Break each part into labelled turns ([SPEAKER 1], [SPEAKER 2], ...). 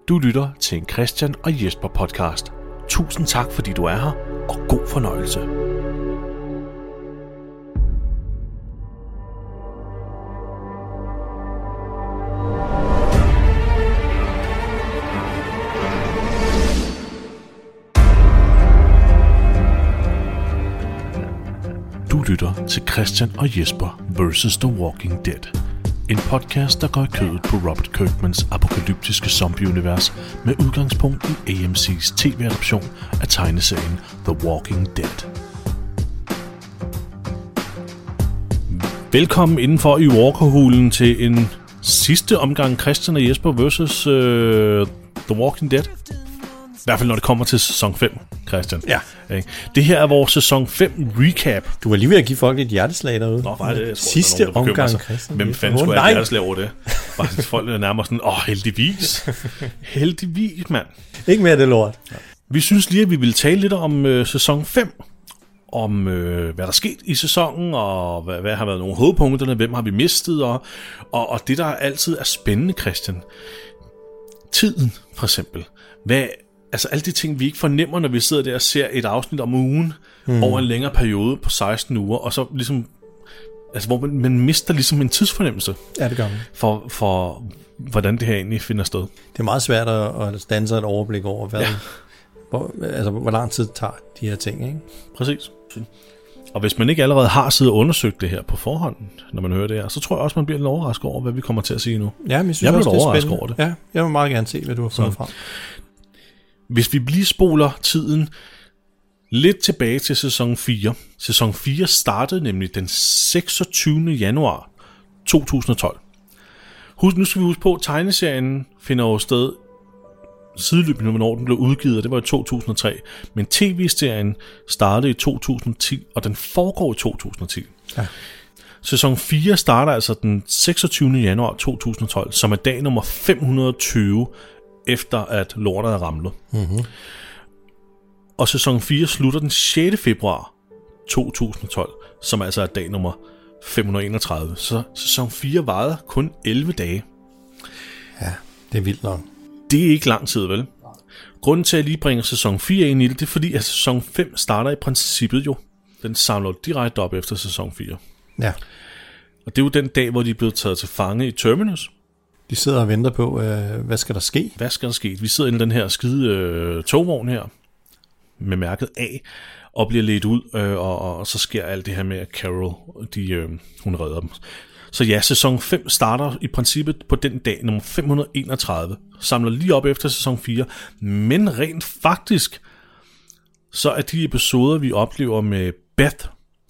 [SPEAKER 1] Du lytter til en Christian og Jesper podcast. Tusind tak, fordi du er her, og god fornøjelse. Du lytter til Christian og Jesper vs. The Walking Dead. En podcast, der går i kødet på Robert Kirkmans apokalyptiske zombie-univers med udgangspunkt i AMC's tv-adoption af tegneserien The Walking Dead. Velkommen indenfor i Walkerhulen til en sidste omgang Christian og Jesper vs. The Walking Dead. I hvert fald når det kommer til sæson 5, Christian.
[SPEAKER 2] Ja.
[SPEAKER 1] Det her er vores sæson 5 recap.
[SPEAKER 2] Du var lige ved at give folk et hjerteslag derude.
[SPEAKER 1] Nå, var det? Jeg tror,
[SPEAKER 2] sidste
[SPEAKER 1] der er nogen,
[SPEAKER 2] omgang, Christian.
[SPEAKER 1] Hvem fanden skulle have hjerteslag over det? Faktisk folk er nærmere sådan, heldigvis. Heldigvis, mand.
[SPEAKER 2] Ikke mere det lort.
[SPEAKER 1] Ja. Vi synes lige, at vi ville tale lidt om sæson 5. Om hvad der er sket i sæsonen, og hvad har været nogle hovedpunkterne, hvem har vi mistet, og det, der altid er spændende, Christian. Tiden, for eksempel. Altså alle de ting, vi ikke fornemmer, når vi sidder der og ser et afsnit om ugen over en længere periode på 16 uger, og så ligesom, altså hvor man mister ligesom en tidsfornemmelse.
[SPEAKER 2] Ja, det gør man.
[SPEAKER 1] For hvordan det her egentlig finder sted.
[SPEAKER 2] Det er meget svært at standse et overblik over, hvor lang tid tager de her ting, ikke?
[SPEAKER 1] Præcis. Og hvis man ikke allerede har siddet og undersøgt det her på forhånd, når man hører det her, så tror jeg også, man bliver lidt overrasket over, hvad vi kommer til at sige nu.
[SPEAKER 2] Ja, men jeg synes også, det er spændende. Over det. Ja, jeg vil meget gerne se, hvad du har fundet frem.
[SPEAKER 1] Hvis vi lige spoler tiden lidt tilbage til sæson 4. Sæson 4 startede nemlig den 26. januar 2012. Nu skal vi huske på, at tegneserien finder jo sted sideløbende, hvornår den blev udgivet, og det var i 2003. Men tv-serien startede i 2010, og den foregår i 2010. Ja. Sæson 4 starter altså den 26. januar 2012, som er dag nummer 520, efter at lortet er ramlet. Mm-hmm. Og sæson 4 slutter den 6. februar 2012, som altså er dag nummer 531. Så sæson 4 varede kun 11 dage.
[SPEAKER 2] Ja, det er vildt nok.
[SPEAKER 1] Det er ikke lang tid, vel? Grunden til at jeg lige bringer sæson 4 ind i det er fordi, at sæson 5 starter i princippet jo. Den samler direkte op efter sæson 4. Ja. Og det er jo den dag, hvor de er blevet taget til fange i Terminus.
[SPEAKER 2] De sidder og venter på, hvad skal der ske?
[SPEAKER 1] Hvad skal der ske? Vi sidder inde i den her skide togvogn her, med mærket A, og bliver ledt ud, og så sker alt det her med, at Carol, hun redder dem. Så ja, sæson 5 starter i princippet på den dag, nummer 531, samler lige op efter sæson 4, men rent faktisk, så er de episoder, vi oplever med Beth,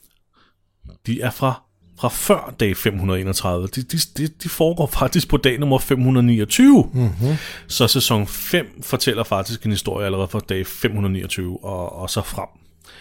[SPEAKER 1] de er fra før dag 531. De foregår faktisk på dag nummer 529. Mm-hmm. Så sæson 5 fortæller faktisk en historie allerede fra dag 529 og så frem.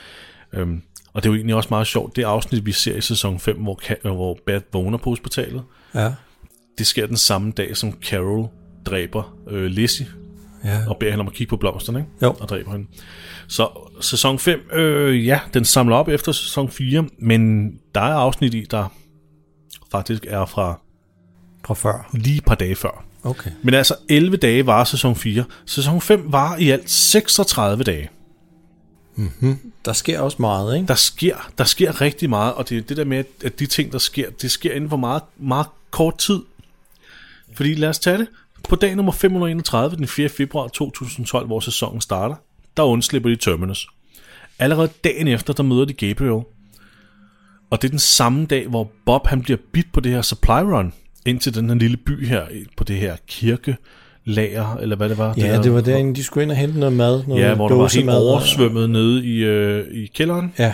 [SPEAKER 1] Og det er jo egentlig også meget sjovt. Det afsnit, vi ser i sæson 5, hvor Beth vågner på hospitalet, ja. Det sker den samme dag, som Carol dræber Lizzie. Ja. Og beder hende om at kigge på blomsterne, ikke? Jo. Og dræber hende. Så sæson 5, den samler op efter sæson 4, men der er afsnit i, der faktisk er fra
[SPEAKER 2] før.
[SPEAKER 1] Lige et par dage før.
[SPEAKER 2] Okay.
[SPEAKER 1] Men altså 11 dage var sæson 4. Sæson 5 var i alt 36 dage.
[SPEAKER 2] Mm-hmm. Der sker også meget, ikke?
[SPEAKER 1] Der sker rigtig meget, og det er det der med, at de ting, der sker, det sker inden for meget, meget kort tid. Fordi lad os tage det. På dag nummer 531, den 4. februar 2012, hvor sæsonen starter, der undslipper de Terminus. Allerede dagen efter, der møder de Gabriel. Og det er den samme dag, hvor Bob han bliver bidt på det her supply run, ind til den her lille by her, på det her kirkelager, eller hvad det var.
[SPEAKER 2] Ja, det var derinde, de skulle ind og hente noget mad.
[SPEAKER 1] Noget hvor der var helt oversvømmet nede i kælderen.
[SPEAKER 2] Ja.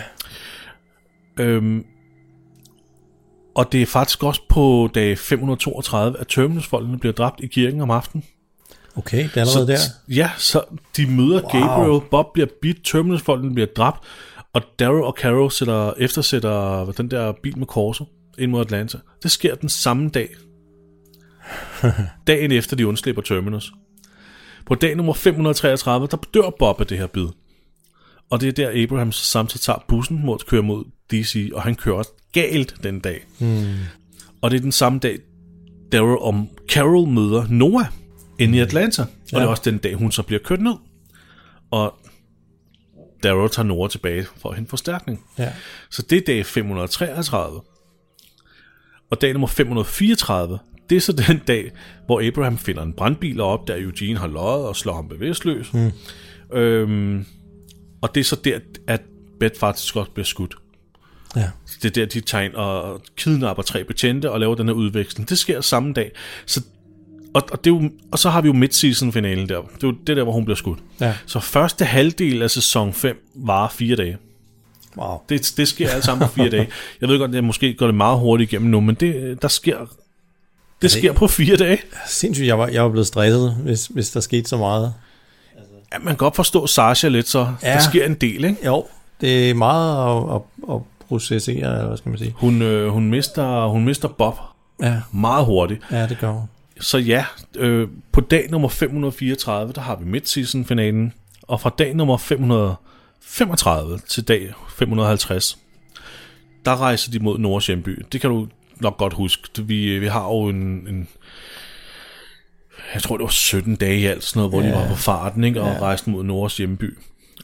[SPEAKER 1] Og det er faktisk også på dag 532, at Terminus-folkene bliver dræbt i kirken om aftenen.
[SPEAKER 2] Okay, det er allerede der.
[SPEAKER 1] Ja, så de møder Gabriel, Bob bliver bidt, Terminus-folkene bliver dræbt, og Daryl og Carol eftersætter den der bil med korset ind mod Atlanta. Det sker den samme dag. Dagen efter de undslipper Terminus. På dag nummer 533, der dør Bob af det her bid. Og det er der Abraham samtidig tager bussen mod at køre mod DC, og han kører galt den dag. Og det er den samme dag, Daryl og Carol møder Noah. inde i Atlanta. Og det er også den dag, hun så bliver kørt ned. Og Darrow tager Nora tilbage for at hente forstærkning.
[SPEAKER 2] Ja.
[SPEAKER 1] Så det er dag 533. Og dag nummer 534, det er så den dag, hvor Abraham finder en brandbil og opdager, at Eugene har løjet og slår ham bevidstløs. Og det er så der, at Beth faktisk også bliver skudt.
[SPEAKER 2] Ja.
[SPEAKER 1] Det er der, de tager ind og kidnapper 3 betjente og laver den her udveksling. Det sker samme dag. Så, og så har vi jo midseason-finalen der. Det er jo det der, hvor hun bliver skudt.
[SPEAKER 2] Ja.
[SPEAKER 1] Så første halvdel af sæson 5 varer 4 dage.
[SPEAKER 2] Wow.
[SPEAKER 1] Det sker alt sammen på 4 dage. Jeg ved godt, at jeg måske går det meget hurtigt igennem nu, men det sker på 4 dage.
[SPEAKER 2] Sindssygt, jeg var blevet stresset, hvis der skete så meget.
[SPEAKER 1] Ja, man kan godt forstå Sasha lidt, så der sker en del, ikke?
[SPEAKER 2] Jo, det er meget at processere, eller hvad skal man sige.
[SPEAKER 1] Hun mister Bob meget hurtigt.
[SPEAKER 2] Ja, det gør hun.
[SPEAKER 1] Så ja, på dag nummer 534, der har vi midseason-finalen, og fra dag nummer 535 til dag 550, der rejser de mod Noras hjemby. Det kan du nok godt huske. Vi har jo en jeg tror det var 17 dage i alt, sådan noget, hvor de var på farten, ikke, og rejste mod Noras hjemby.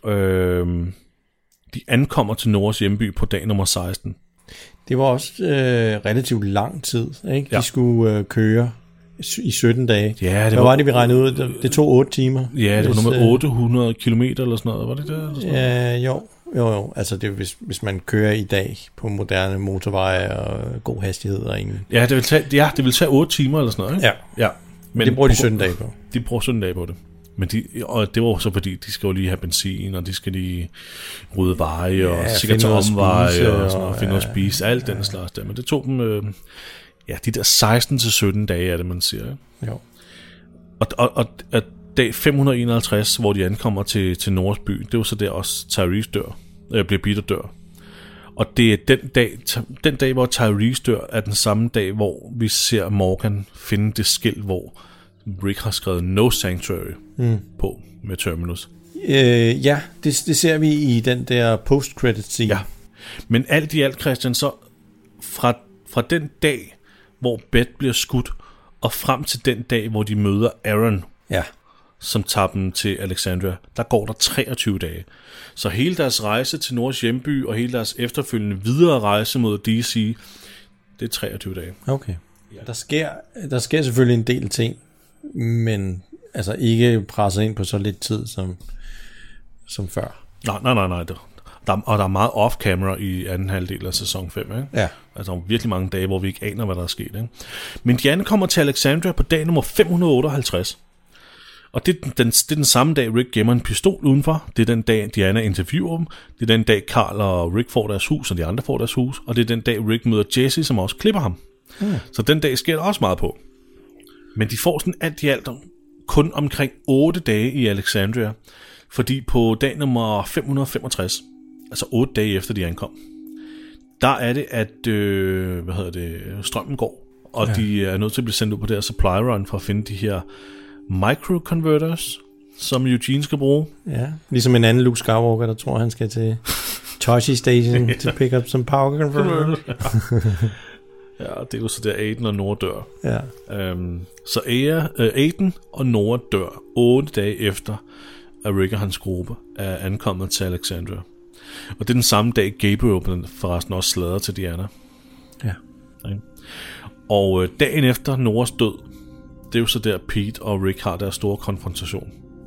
[SPEAKER 1] De ankommer til Noras hjemby på dag nummer 16.
[SPEAKER 2] Det var også relativt lang tid, ikke? De skulle køre i 17 dage.
[SPEAKER 1] Ja,
[SPEAKER 2] hvad var det, vi regnede ud? Det tog 8 timer.
[SPEAKER 1] Ja, det var noget med 800 kilometer eller sådan noget. Var det det?
[SPEAKER 2] Ja, jo. Altså det hvis man kører i dag på moderne motorveje og god hastighed og ingen.
[SPEAKER 1] Ja, det vil tage 8 timer eller sådan noget, ikke?
[SPEAKER 2] Ja. Men det bruger de 17 dage på.
[SPEAKER 1] De bruger 17 dage på det. Men og det var så fordi, de skal jo lige have benzin, og de skal lige rydde veje, og sikkert tage omveje, og sådan noget, finde noget at spise, alt den slags der. Men det tog dem, de der 16-17 dage, er det, man siger.
[SPEAKER 2] Jo.
[SPEAKER 1] Og dag 551, hvor de ankommer til Noras by, det er jo så der også Tyrese bliver bidt og dør. Og det er den dag, hvor Tyrese dør, er den samme dag, hvor vi ser Morgan finde det skilt, hvor Rick har skrevet No Sanctuary på med Terminus.
[SPEAKER 2] Det ser vi i den der post-credit scene.
[SPEAKER 1] Ja, men alt i alt, Christian, så fra den dag, hvor Beth bliver skudt, og frem til den dag, hvor de møder Aaron, som tager dem til Alexandria, der går der 23 dage. Så hele deres rejse til Noras hjemby, og hele deres efterfølgende videre rejse mod DC, det er 23 dage.
[SPEAKER 2] Okay. Der sker selvfølgelig en del ting, men altså ikke presset ind på så lidt tid som før.
[SPEAKER 1] Nej. Der er meget off-camera i anden halvdel af sæson 5, ikke?
[SPEAKER 2] Ja.
[SPEAKER 1] Altså der er virkelig mange dage, hvor vi ikke aner, hvad der er sket, ikke? Men Diana kommer til Alexandria på dag nummer 558. Og det er den samme dag, Rick gemmer en pistol udenfor. Det er den dag, Diana interviewer dem. Det er den dag, Carl og Rick får deres hus, og de andre får deres hus. Og det er den dag, Rick møder Jesse, som også klipper ham. Så den dag sker der også meget på. Men de får sådan alt i alt kun omkring 8 dage i Alexandria. Fordi på dag nummer 565, altså 8 dage efter de ankom, der er det, at strømmen går. Og de er nødt til at blive sendt ud på det her supply run for at finde de her microconverters, som Eugene skal bruge. Ja,
[SPEAKER 2] ligesom en anden Luke Skywalker, der tror, han skal til Toshi Station to pick up some power converters.
[SPEAKER 1] Ja, det er jo så der Aiden og Nora dør.
[SPEAKER 2] Ja.
[SPEAKER 1] Så Aiden og Nora dør 8 dage efter, at Rick og hans gruppe er ankommet til Alexandria. Og det er den samme dag, Gabriel forresten også sladrer til Diana.
[SPEAKER 2] Ja.
[SPEAKER 1] Okay. Og dagen efter Noras død, det er jo så der Pete og Rick har deres store konfrontation.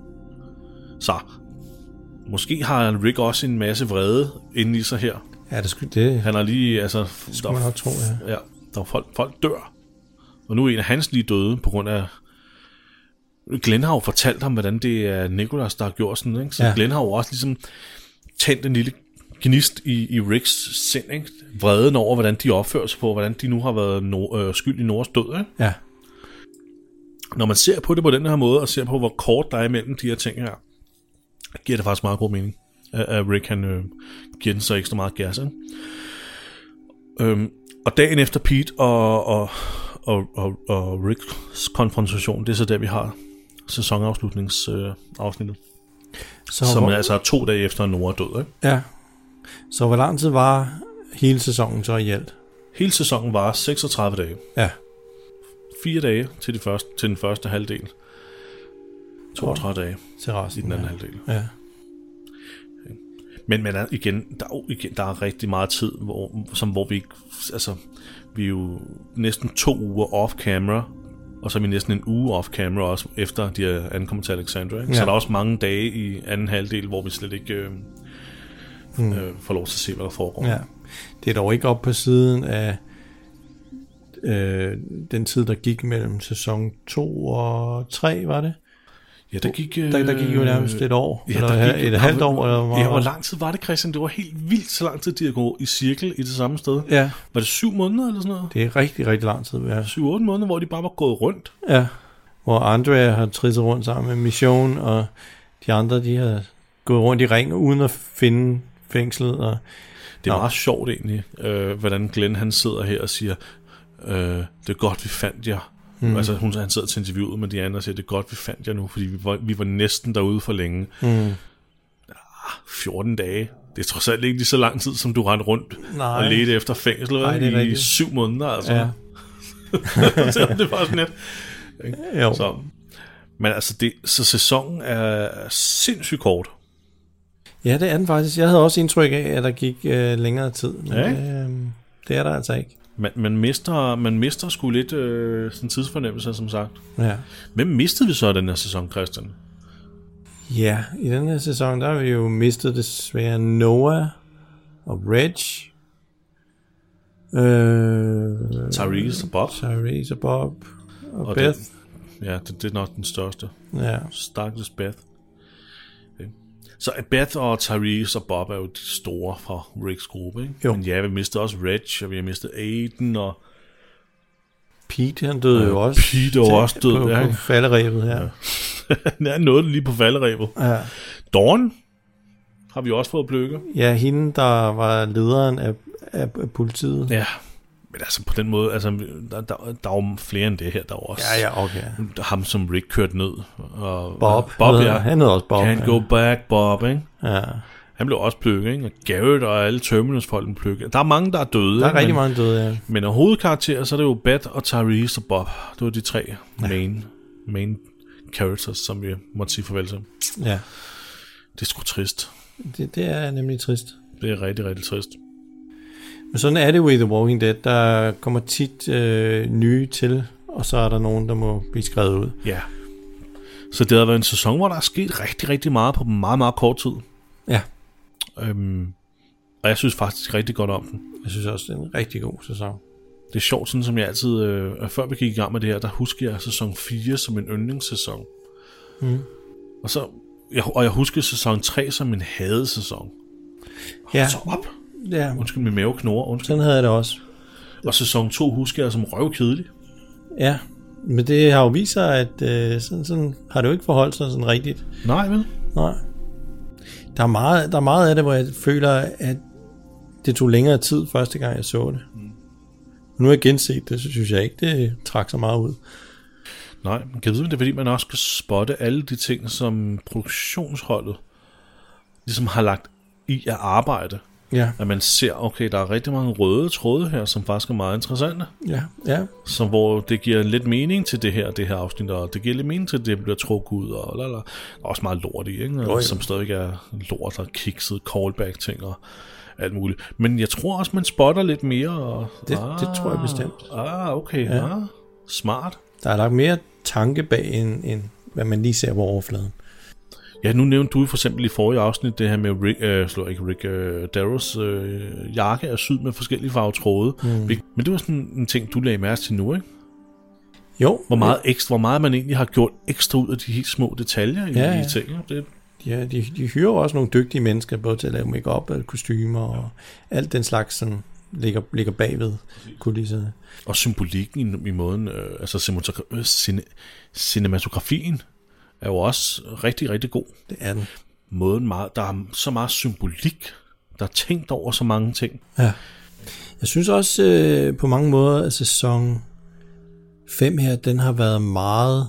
[SPEAKER 1] Så måske har Rick også en masse vrede inde i sig her.
[SPEAKER 2] Ja, det.
[SPEAKER 1] Han har lige,
[SPEAKER 2] det skulle man nok tro,
[SPEAKER 1] ja. Der er folk dør. Og nu er en af hans lige døde på grund af... Glenn har jo fortalt ham, hvordan det er Nicholas, der har gjort sådan, ikke? Så Glenn har jo også ligesom tændt en lille gnist i Ricks sind, ikke? Vreden over, hvordan de opfører sig på, hvordan de nu har været skyld i Noras død, ikke?
[SPEAKER 2] Ja.
[SPEAKER 1] Når man ser på det på den her måde, og ser på, hvor kort der er imellem de her ting her, giver det faktisk meget god mening, at Rick han giver den så ekstra meget gas, ikke? Og dagen efter Pete og Ricks konfrontation, det er så der, vi har sæsonafslutningsafsnittet. Som altså er 2 dage efter Nora død, ikke?
[SPEAKER 2] Ja. Så hvor lang tid var hele sæsonen så i alt?
[SPEAKER 1] Hele sæsonen var 36 dage.
[SPEAKER 2] Ja.
[SPEAKER 1] 4 dage til den første halvdel. 32 dage
[SPEAKER 2] til resten,
[SPEAKER 1] i den anden halvdel.
[SPEAKER 2] Ja.
[SPEAKER 1] Men der er rigtig meget tid, hvor vi ikke, altså, vi er jo næsten 2 uger off-camera, og så er vi næsten en uge off-camera også, efter de er ankommet til Alexandria. Ja. Så der er også mange dage i anden halvdel, hvor vi slet ikke får lov til at se, hvad der foregår.
[SPEAKER 2] Ja. Det er dog ikke op på siden af den tid, der gik mellem sæson 2 og 3, var det?
[SPEAKER 1] Ja, der gik
[SPEAKER 2] jo nærmest et år, ja, eller et halvt år. Eller
[SPEAKER 1] ja, hvor lang tid var det, Christian? Det var helt vildt så lang tid, de har gået i cirkel i det samme sted.
[SPEAKER 2] Ja.
[SPEAKER 1] Var det 7 måneder eller sådan noget?
[SPEAKER 2] Det er rigtig, rigtig lang tid. Ja.
[SPEAKER 1] 7-8 måneder, hvor de bare var gået rundt.
[SPEAKER 2] Ja, hvor Andrea har trisset rundt sammen med Mission, og de andre, de har gået rundt i ring uden at finde fængslet. Og
[SPEAKER 1] det er meget sjovt egentlig, hvordan Glenn han sidder her og siger, det er godt, vi fandt jer. Altså han sidder til interviewet med de andre og siger, det er godt, vi fandt jer nu, fordi vi var næsten derude for længe. 14 dage. Det er trods alt ikke lige så lang tid, som du rendte rundt og ledte efter fængsel. Nej, i 7 måneder, altså. Ja. Det var sådan lidt. Så, men altså, så sæsonen er sindssygt kort. Ja,
[SPEAKER 2] det er den faktisk. Jeg havde også indtryk af, at der gik længere tid. Men det er der altså ikke.
[SPEAKER 1] Man mister sgu lidt sådan tidsfornemmelse, som sagt.
[SPEAKER 2] Ja.
[SPEAKER 1] Hvem mistede vi så den her sæson, Christian?
[SPEAKER 2] Ja, i den her sæson, der har vi jo mistet desværre Noah og Reg.
[SPEAKER 1] Tyrese
[SPEAKER 2] og Bob. Og Beth.
[SPEAKER 1] Det er nok den største.
[SPEAKER 2] Ja.
[SPEAKER 1] Stakkels Beth. Okay. Så Beth og Tyrese og Bob er jo de store fra Ricks gruppe, ikke?
[SPEAKER 2] Jo.
[SPEAKER 1] Men ja, vi mistede også Reg, og vi har mistet Aiden, og
[SPEAKER 2] Pete, han døde jo også.
[SPEAKER 1] Pete er også død,
[SPEAKER 2] på falderæbet her. Ja.
[SPEAKER 1] Han er noget lige på falderæbet.
[SPEAKER 2] Ja.
[SPEAKER 1] Dawn har vi også fået bløkke.
[SPEAKER 2] Ja, hende, der var lederen af politiet.
[SPEAKER 1] Ja, men altså på den måde, altså, der er jo flere end det her, der er også.
[SPEAKER 2] Ja, okay.
[SPEAKER 1] Ham, som Rick kørte ned. Og
[SPEAKER 2] Bob,
[SPEAKER 1] ja.
[SPEAKER 2] Han hed også Bob.
[SPEAKER 1] Can't go back, Bob, ikke?
[SPEAKER 2] Ja.
[SPEAKER 1] Han blev også pløkket, ikke? Og Garrett og alle Terminus-folk blev pløkket. Der er mange, der er døde.
[SPEAKER 2] Der er rigtig mange døde, ja.
[SPEAKER 1] Men af hovedkarakterer, så er det jo Beth og Tyrese og Bob. Det var de 3 main characters, som vi måtte sige farvel til.
[SPEAKER 2] Ja.
[SPEAKER 1] Det er sgu trist.
[SPEAKER 2] Det er nemlig trist.
[SPEAKER 1] Det er rigtig, rigtig trist.
[SPEAKER 2] Men sådan er det jo i The Walking Dead. Der kommer tit nye til, og så er der nogen, der må blive skrevet ud.
[SPEAKER 1] Ja. Så det har været en sæson, hvor der er sket rigtig, rigtig meget på meget, meget kort tid.
[SPEAKER 2] Ja.
[SPEAKER 1] Og jeg synes faktisk rigtig godt om den.
[SPEAKER 2] Jeg synes også, det er en rigtig god sæson.
[SPEAKER 1] Det er sjovt, sådan som jeg altid, før vi gik i gang med det her, der husker jeg sæson 4 som en yndlingssæson. Og jeg husker sæson 3 som en hadesæson.
[SPEAKER 2] Ja.
[SPEAKER 1] Så op.
[SPEAKER 2] Ja.
[SPEAKER 1] Undskyld, min mave knurrer.
[SPEAKER 2] Sådan havde jeg det også.
[SPEAKER 1] Og sæson 2 husker jeg som røvkedelig.
[SPEAKER 2] Ja, men det har jo vist sig, at sådan har det jo ikke forholdt sig sådan rigtigt.
[SPEAKER 1] Nej, vel?
[SPEAKER 2] Nej. Der er meget af det, hvor jeg føler, at det tog længere tid første gang, jeg så det. Nu har jeg genset det, så synes jeg ikke, det trak så meget ud.
[SPEAKER 1] Nej, man kan vide, det er fordi, man også kan spotte alle de ting, som produktionsholdet ligesom har lagt i at arbejde.
[SPEAKER 2] Ja.
[SPEAKER 1] At man ser, okay, der er rigtig mange røde tråde her, som faktisk er meget interessante.
[SPEAKER 2] Ja.
[SPEAKER 1] Så hvor det giver lidt mening til det her afsnit, og det giver lidt mening til, at det bliver trukket ud, og der er også meget lort i, ikke? Som stadig er lort og kikset callback ting og alt muligt. Men jeg tror også, man spotter lidt mere. Og,
[SPEAKER 2] det tror jeg bestemt.
[SPEAKER 1] Okay. Ja. Smart.
[SPEAKER 2] Der er lagt mere tanke bag, end hvad man lige ser på overfladen.
[SPEAKER 1] Ja, nu nævnte du for eksempel i forrige afsnit det her med Rick Darrows jakke er syet med forskellige farvetråde. Men det var sådan en ting, du lagde mærke til nu, ikke?
[SPEAKER 2] Jo.
[SPEAKER 1] Hvor meget man egentlig har gjort ekstra ud af de helt små detaljer i tingene.
[SPEAKER 2] Ja, de hyrer også nogle dygtige mennesker, både til at lave make-up og kostymer og alt den slags, som ligger bagved kulisserne. Og
[SPEAKER 1] symbolikken i måden, altså cinematografien er jo også rigtig, rigtig god.
[SPEAKER 2] Det er den.
[SPEAKER 1] Måden, der er så meget symbolik, der er tænkt over så mange ting.
[SPEAKER 2] Ja. Jeg synes også på mange måder, at sæson 5 her, den har været meget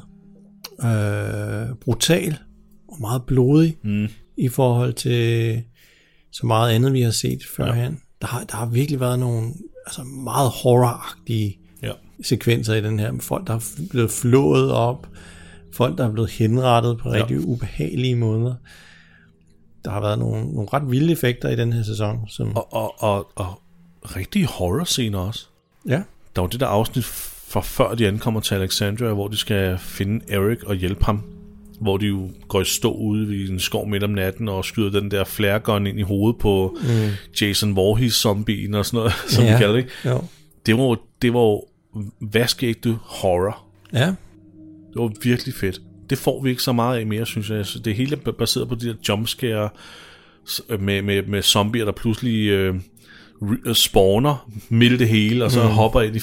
[SPEAKER 2] brutal og meget blodig i forhold til så meget andet, vi har set førhen. Der har virkelig været nogle meget horroragtige sekvenser i den her. Folk, der er blevet flået op, folk, der er blevet henrettet på rigtig ubehagelige måder. Der har været nogle ret vilde effekter i den her sæson. Som...
[SPEAKER 1] Og rigtige horror-scener også.
[SPEAKER 2] Ja.
[SPEAKER 1] Der var det der afsnit fra før de ankommer til Alexandria, hvor de skal finde Eric og hjælpe ham. Hvor de jo går i stå ude i en skov midt om natten og skyder den der flare gun ind i hovedet på Jason Voorhees-zombien og sådan noget, som vi kalder det.
[SPEAKER 2] Jo.
[SPEAKER 1] Det var jo vaskeægte horror.
[SPEAKER 2] Ja.
[SPEAKER 1] Det var virkelig fedt. Det får vi ikke så meget af mere, synes jeg. Det hele er baseret på de der jumpscare med zombier, der pludselig spawner midt i det hele, og så hopper ind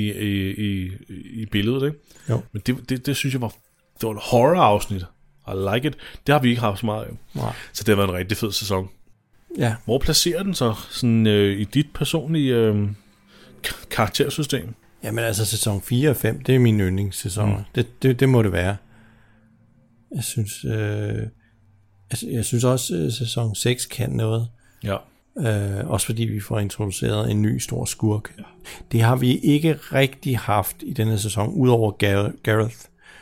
[SPEAKER 1] i billedet, ikke?
[SPEAKER 2] Jo.
[SPEAKER 1] Men det synes jeg var et horror-afsnit. I like it. Det har vi ikke haft så meget af.
[SPEAKER 2] Nej.
[SPEAKER 1] Så det har været en rigtig fed sæson.
[SPEAKER 2] Ja.
[SPEAKER 1] Hvor placerer den så sådan, i dit personlige karaktersystem?
[SPEAKER 2] Jamen altså sæson 4 og 5, det er mine yndlingssæsoner. Det må det være. Jeg synes også sæson 6 kan noget.
[SPEAKER 1] Ja.
[SPEAKER 2] Også fordi vi får introduceret en ny stor skurk. Ja. Det har vi ikke rigtig haft i denne sæson, udover Gareth.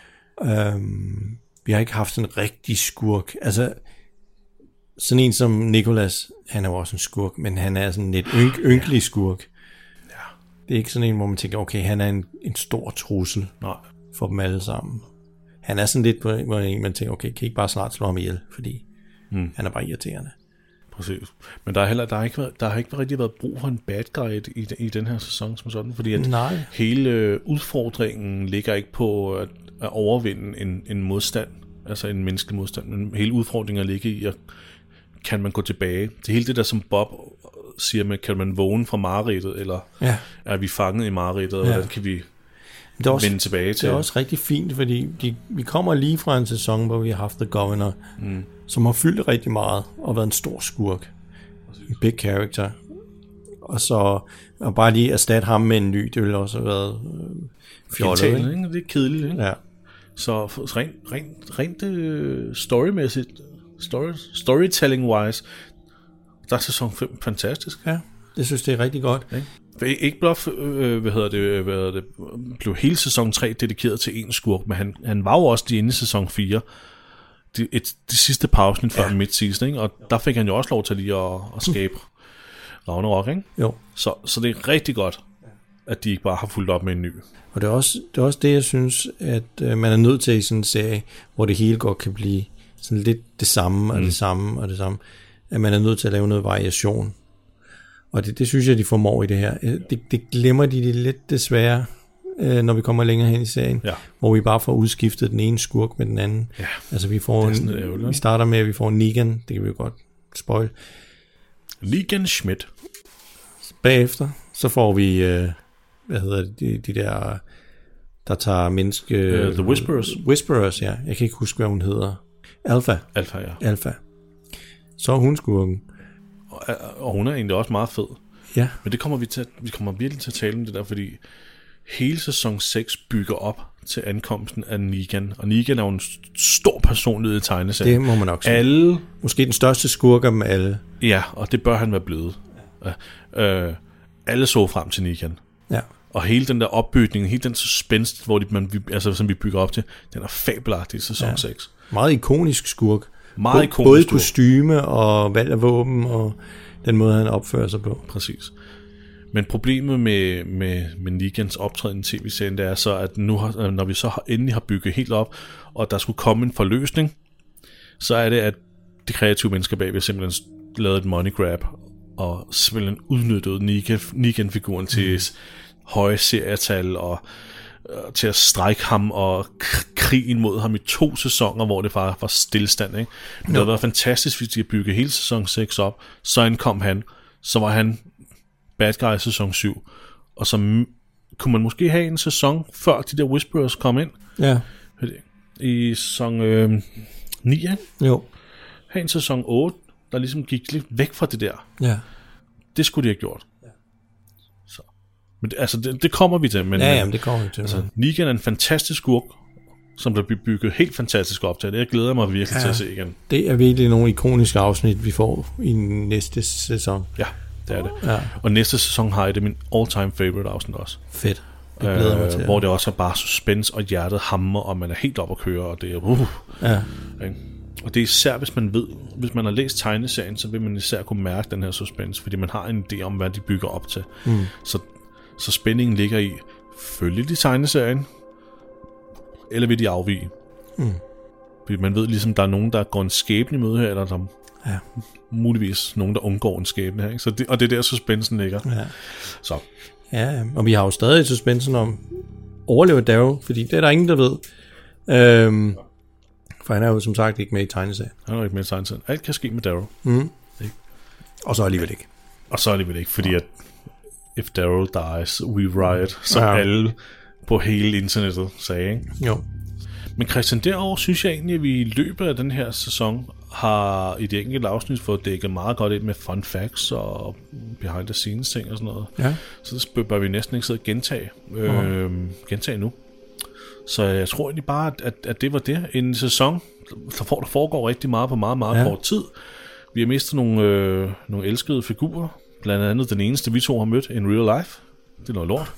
[SPEAKER 2] Vi har ikke haft en rigtig skurk. Altså, sådan en som Nicholas, han er jo også en skurk, men han er sådan en lidt ynkelig skurk.
[SPEAKER 1] Ja.
[SPEAKER 2] Det er ikke sådan en, hvor man tænker, okay, han er en stor trussel for dem alle sammen. Han er sådan lidt, hvor man tænker, okay, kan I ikke bare snart slå ham ihjel, fordi han er bare irriterende.
[SPEAKER 1] Præcis. Men der har ikke rigtig været brug for en bad guy i den her sæson som sådan, fordi at hele udfordringen ligger ikke på at overvinde en modstand, altså en menneskelig modstand, men hele udfordringen ligger i, at kan man gå tilbage. Det er hele det der, som Bob siger med, kan man vågne fra mareridtet, eller er vi fanget i mareridtet, og hvordan kan vi vende tilbage til.
[SPEAKER 2] Det er også rigtig fint, fordi vi kommer lige fra en sæson, hvor vi har haft The Governor, som har fyldt rigtig meget, og været en stor skurk. En big character. Og bare lige erstatte ham med en ny, det ville også have været fjollet.
[SPEAKER 1] Det er kedeligt, ikke? Ja. Så rent storymæssigt, storytelling-wise, der er sæson 5 fantastisk.
[SPEAKER 2] Ja, det synes det er rigtig godt.
[SPEAKER 1] Ikke blot, blev hele sæson 3 dedikeret til en skurk, men han var jo også inde i sæson 4. Det sidste par afsnit før midtseason, ikke? Og der fik han jo også lov til lige at skabe Ragnarok, ikke?
[SPEAKER 2] Jo.
[SPEAKER 1] Så det er rigtig godt, at de ikke bare har fulgt op med en ny.
[SPEAKER 2] Og det er også det, jeg synes, at man er nødt til i sådan en serie, hvor det hele godt kan blive sådan lidt det samme, og det samme, og det samme. At man er nødt til at lave noget variation. Og det synes jeg, de formår i det her. Det glemmer de lidt desværre, når vi kommer længere hen i serien, hvor vi bare får udskiftet den ene skurk med den anden. Ja. Altså vi starter med, at vi får Negan, det kan vi jo godt spoil.
[SPEAKER 1] Negan Schmidt.
[SPEAKER 2] Bagefter, så får vi, de der tager menneske...
[SPEAKER 1] The Whisperers.
[SPEAKER 2] Whisperers, ja. Jeg kan ikke huske, hvad hun hedder. Alpha, ja. Alpha. Så er hun skurken.
[SPEAKER 1] Og hun er egentlig også meget fed.
[SPEAKER 2] Ja.
[SPEAKER 1] Men det kommer vi kommer virkelig til at tale om det der, fordi hele sæson 6 bygger op til ankomsten af Negan. Og Negan er jo en stor personlighed i tegneserien.
[SPEAKER 2] Det må man nok sige. Måske den største skurk af dem alle.
[SPEAKER 1] Ja, og det bør han være blevet. Ja. Alle så frem til Negan.
[SPEAKER 2] Ja.
[SPEAKER 1] Og hele den der opbygning, hele den suspense, som vi bygger op til, den er fabelagtig i sæson 6.
[SPEAKER 2] Meget ikonisk skurk.
[SPEAKER 1] Både
[SPEAKER 2] kostyme og valg af våben og den måde, han opfører sig på.
[SPEAKER 1] Præcis. Men problemet med Negans optræden i tv-serien, det er så, at nu når vi så endelig har bygget helt op, og der skulle komme en forløsning, så er det, at de kreative mennesker bagved simpelthen lavede et money grab, og simpelthen udnyttede Negan-figuren til høje serietal, og til at strække ham og krigen mod ham i 2 sæsoner, hvor det bare var stillstand, ikke? Men det havde været fantastisk, hvis de havde bygget hele sæson 6 op, så indkom han, så var han bad guy i sæson 7, og så kunne man måske have en sæson før de der Whisperers kom ind.
[SPEAKER 2] Ja.
[SPEAKER 1] I sæson 9, ikke?
[SPEAKER 2] Jo.
[SPEAKER 1] Have en sæson 8, der ligesom gik lidt væk fra det der.
[SPEAKER 2] Ja.
[SPEAKER 1] Det skulle de have gjort. Så. Men det kommer vi til. Men,
[SPEAKER 2] jamen, det kommer vi til.
[SPEAKER 1] Altså, Negan er en fantastisk skurk, som der bliver bygget helt fantastisk op til. Det glæder mig virkelig til at se igen.
[SPEAKER 2] Det er virkelig nogle ikoniske afsnit, vi får i næste sæson.
[SPEAKER 1] Ja, det er det. Ja. Og næste sæson har jeg det min all-time favorite afsnit også.
[SPEAKER 2] Fedt. Jeg glæder mig til.
[SPEAKER 1] Hvor det også er bare suspense, og hjertet hammer, og man er helt op at køre, og det er...
[SPEAKER 2] Ja.
[SPEAKER 1] Ikke? Og det er især, hvis man har læst tegneserien, så vil man især kunne mærke den her suspense, fordi man har en idé om, hvad de bygger op til. Så spændingen ligger i, følger de tegneserien, eller vil de afvige? Fordi man ved ligesom, der er nogen, der går en skæbne i møde her, eller der er muligvis nogen, der undgår en skæbne her. Ikke? Så og det er der, suspensen ligger.
[SPEAKER 2] Ja.
[SPEAKER 1] Så.
[SPEAKER 2] Ja, og vi har jo stadig suspensen om, overlever Darrow, fordi det er der ingen, der ved. For han er jo som sagt ikke med i tegneserien.
[SPEAKER 1] Han er jo ikke med i tegneserien. Alt kan ske med Darrow.
[SPEAKER 2] Og så alligevel ikke.
[SPEAKER 1] Og så alligevel ikke, fordi at if Darrow dies, we riot, som alle på hele internettet sagde. Ikke?
[SPEAKER 2] Jo.
[SPEAKER 1] Men Christian, derover synes jeg egentlig, at vi i løbet af den her sæson har i de enkelte afsnit fået dækket meget godt ind med fun facts og behind the scenes ting og sådan noget.
[SPEAKER 2] Ja.
[SPEAKER 1] Så det bør vi næsten ikke sidde og gentage nu. Så jeg tror egentlig bare, at det var det. En sæson, der foregår rigtig meget på meget, meget kort tid. Vi har mistet nogle elskede figurer. Blandt andet den eneste, vi to har mødt in real life. Det er noget lort.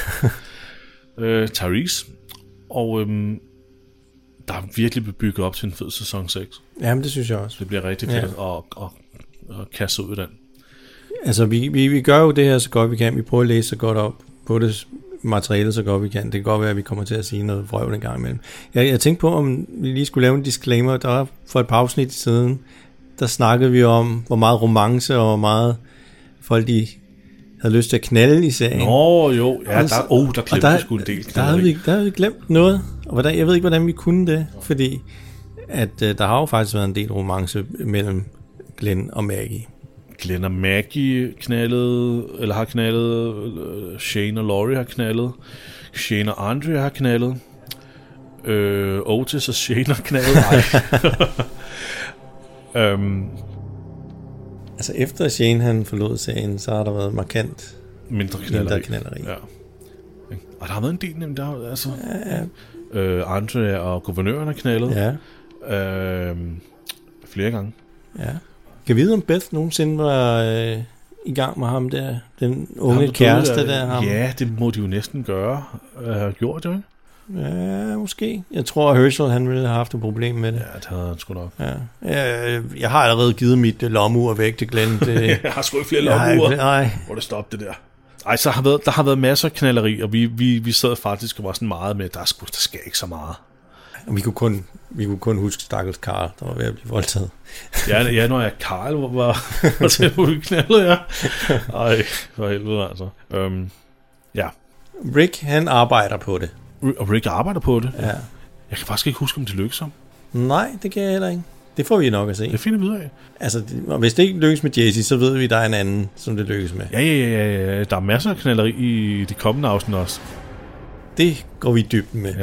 [SPEAKER 1] Tyrese. Og der er virkelig blevet bygget op til en fed sæson 6.
[SPEAKER 2] Jamen, det synes jeg også.
[SPEAKER 1] Det bliver rigtig fedt at kaste ud i den.
[SPEAKER 2] Altså, vi gør jo det her så godt vi kan. Vi prøver at læse så godt op på det materiale så godt vi kan. Det kan godt være, at vi kommer til at sige noget vrøvl en gang imellem. Jeg tænkte på, om vi lige skulle lave en disclaimer. Der var for et par afsnit siden, der snakkede vi om, hvor meget romance og hvor meget folk de havde lyst til at knalde i serien.
[SPEAKER 1] Nå jo, ja, der glemte vi sgu en del.
[SPEAKER 2] Der havde vi glemt noget. Og jeg ved ikke, hvordan vi kunne det, fordi at der har jo faktisk været en del romance mellem Glenn og Maggie.
[SPEAKER 1] Glenn og Maggie har knaldet, Shane og Laurie har knaldet, Shane og Andre har knaldet, Otis og Shane har knaldet.
[SPEAKER 2] Altså efter Shane han forlod serien, så har der været markant
[SPEAKER 1] mindre knalleri. Ja. Og der har været en del nemt der, altså. Andre og guvernøren har knaldet. Ja. Flere gange.
[SPEAKER 2] Ja. Kan vi vide, om Beth nogensinde var i gang med ham der, den unge kæreste der? Ham?
[SPEAKER 1] Ja, det må de jo næsten gøre. Har gjort det, ikke?
[SPEAKER 2] Ja, måske. Jeg tror, at Herschel han ville have haft et problem med det.
[SPEAKER 1] Ja, det havde han sgu nok.
[SPEAKER 2] Ja. Jeg har allerede givet mit lommeur væk til Glenn.
[SPEAKER 1] Jeg har sgu ikke flere lommeure. Nej. Hvor det stoppe det der. Ej, så der har været masser af knalleri, og vi sad faktisk og var sådan meget med, der sker ikke så meget.
[SPEAKER 2] Vi kunne kun huske stakkels Carl, der var ved at blive voldtaget.
[SPEAKER 1] Ja, når jeg Carl var til på knaldet, ja. Ej, for helvede altså. Ja.
[SPEAKER 2] Rick, han arbejder på det.
[SPEAKER 1] Og Rick arbejder på det?
[SPEAKER 2] Ja.
[SPEAKER 1] Jeg kan faktisk ikke huske, om det lykkes ham.
[SPEAKER 2] Nej, det kan jeg heller ikke. Det får vi nok at se.
[SPEAKER 1] Det finder vi ud af.
[SPEAKER 2] Altså, hvis det ikke lykkes med Jesse, så ved vi, at der er en anden, som det lykkes med.
[SPEAKER 1] Ja. Der er masser af knalleri i de kommende afsnit også.
[SPEAKER 2] Det går vi i dybden med.
[SPEAKER 1] Ja.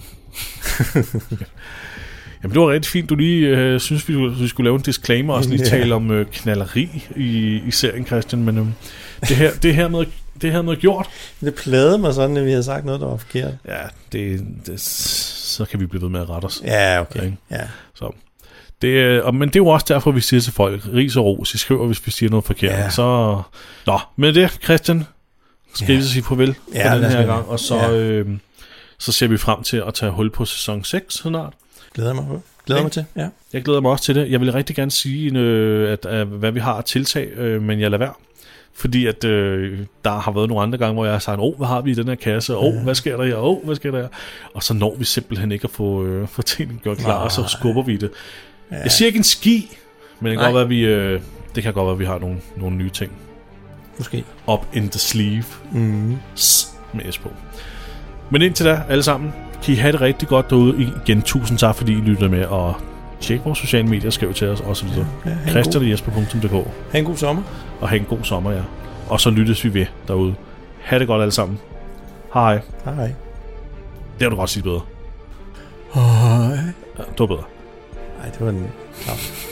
[SPEAKER 1] Jamen, det var rigtig fint. Du lige synes, vi skulle lave en disclaimer og lige tale om knalleri i serien, Christian. Men det her med gjort. Det
[SPEAKER 2] plagede mig sådan, at vi havde sagt noget, der var forkert.
[SPEAKER 1] Ja, så kan vi blive ved med at rette os.
[SPEAKER 2] Ja, okay. Ja.
[SPEAKER 1] Så. Men det er jo også derfor, vi siger til folk, ris og ros, I skriver, hvis vi siger noget forkert. Ja. Så, med det, Christian, skal vi sige farvel for den her gang, og så ser vi frem til at tage hul på sæson 6 snart.
[SPEAKER 2] Glæder mig til, ja.
[SPEAKER 1] Jeg glæder mig også til det. Jeg vil rigtig gerne sige, hvad vi har at tiltage, men jeg lader være. Fordi at der har været nogle andre gange, hvor jeg har sagt, hvad har vi i den her kasse? Hvad sker der her? Hvad sker der her? Og så når vi simpelthen ikke at få tingene gjort klar, og så skubber vi det. Ja. Jeg siger ikke en ski, men det kan godt være, det kan godt være, at vi har nogle nye ting.
[SPEAKER 2] Måske.
[SPEAKER 1] Up in the sleeve. Med S på. Men indtil da, alle sammen, kan I have det rigtig godt derude. Igen, tusind tak, fordi I lytter med, og tjek vores sociale medier, skriv til os, og så videre. Christian.jesper.dk.
[SPEAKER 2] Ha' en god sommer.
[SPEAKER 1] Og ha' en god sommer, ja. Og så lyttes vi ved derude. Ha' det godt alle sammen. Hej.
[SPEAKER 2] Hej.
[SPEAKER 1] Det har du godt sige bedre.
[SPEAKER 2] Hej.
[SPEAKER 1] Ja, det var bedre.
[SPEAKER 2] Nej, det var den.